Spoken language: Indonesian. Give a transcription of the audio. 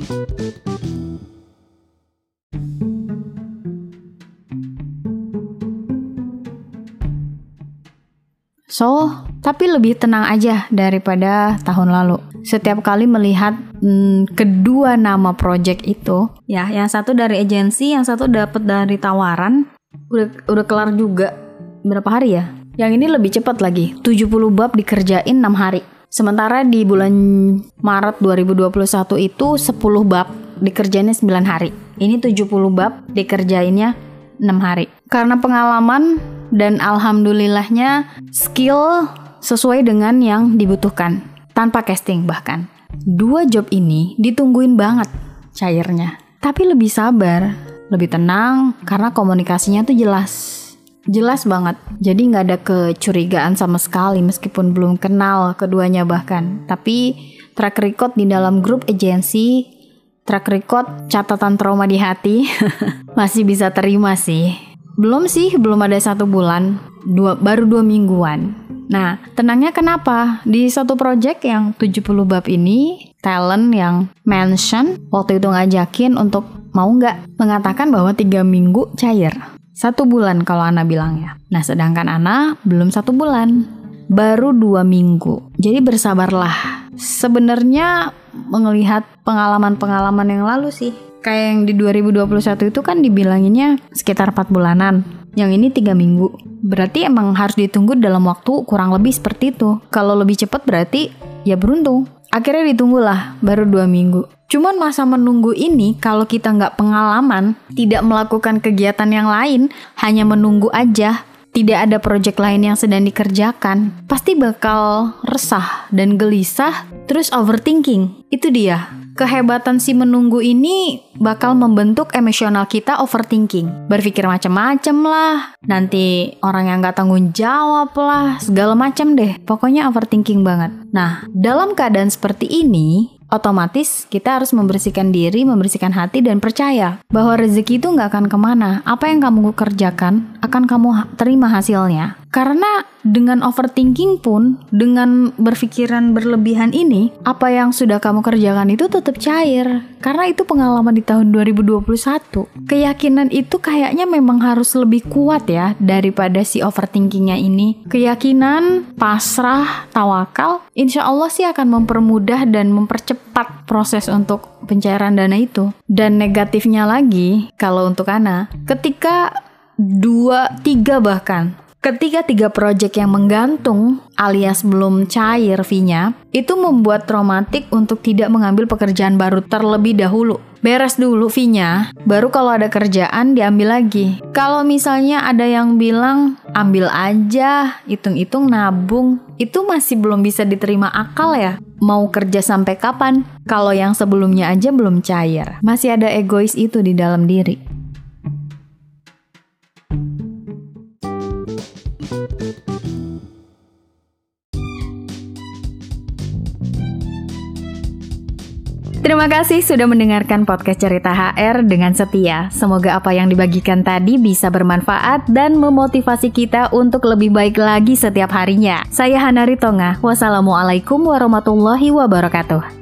So, tapi lebih tenang aja daripada tahun lalu. Setiap kali melihat kedua nama project itu, ya, yang satu dari agensi, yang satu dapat dari tawaran, udah kelar juga. Berapa hari ya? Yang ini lebih cepat lagi, 70 bab dikerjain 6 hari. Sementara di bulan Maret 2021 itu 10 bab dikerjainnya 9 hari. Ini 70 bab dikerjainnya 6 hari. Karena pengalaman dan alhamdulillahnya skill sesuai dengan yang dibutuhkan. Tanpa casting bahkan. 2 job ini ditungguin banget cairnya. Tapi lebih sabar, lebih tenang karena komunikasinya tuh jelas banget. Jadi gak ada kecurigaan sama sekali meskipun belum kenal keduanya bahkan. Tapi track record di dalam grup agensi, track record catatan trauma di hati masih bisa terima sih. Belum ada 1 bulan, baru 2 mingguan. Nah, tenangnya kenapa? Di satu project yang 70 bab ini, talent yang mention waktu itu ngajakin untuk mau nggak, mengatakan bahwa 3 minggu cair. 1 bulan kalau Ana bilangnya. Nah, sedangkan Ana belum 1 bulan, baru 2 minggu. Jadi bersabarlah. Sebenarnya melihat pengalaman-pengalaman yang lalu sih. Kayak yang di 2021 itu kan dibilanginnya sekitar 4 bulanan. Yang ini 3 minggu. Berarti emang harus ditunggu dalam waktu kurang lebih seperti itu. Kalau lebih cepat berarti ya beruntung. Akhirnya ditunggulah baru 2 minggu. Cuman masa menunggu ini kalau kita nggak pengalaman, tidak melakukan kegiatan yang lain, hanya menunggu aja, tidak ada proyek lain yang sedang dikerjakan, pasti bakal resah dan gelisah, terus overthinking. Itu dia. Kehebatan si menunggu ini bakal membentuk emosional kita overthinking. Berpikir macam-macam lah, nanti orang yang gak tanggung jawab lah, segala macam deh. Pokoknya overthinking banget. Nah, dalam keadaan seperti ini, otomatis kita harus membersihkan diri, membersihkan hati, dan percaya bahwa rezeki itu gak akan kemana. Apa yang kamu kerjakan akan kamu terima hasilnya. Karena dengan overthinking pun, dengan berpikiran berlebihan ini, apa yang sudah kamu kerjakan itu tetap cair. Karena itu pengalaman di tahun 2021. Keyakinan itu kayaknya memang harus lebih kuat ya daripada si overthinkingnya ini. Keyakinan, pasrah, tawakal, insya Allah sih akan mempermudah dan mempercepat proses untuk pencairan dana itu. Dan negatifnya lagi, kalau untuk Ana, ketika 3 proyek yang menggantung alias belum cair fee-nya, itu membuat traumatik untuk tidak mengambil pekerjaan baru terlebih dahulu. Beres dulu fee-nya, baru kalau ada kerjaan diambil lagi. Kalau misalnya ada yang bilang, ambil aja, hitung-hitung nabung, itu masih belum bisa diterima akal ya. Mau kerja sampai kapan? Kalau yang sebelumnya aja belum cair. Masih ada egois itu di dalam diri. Terima kasih sudah mendengarkan podcast Cerita HR dengan setia. Semoga apa yang dibagikan tadi bisa bermanfaat dan memotivasi kita untuk lebih baik lagi setiap harinya. Saya Hana Ritonga. Wassalamualaikum warahmatullahi wabarakatuh.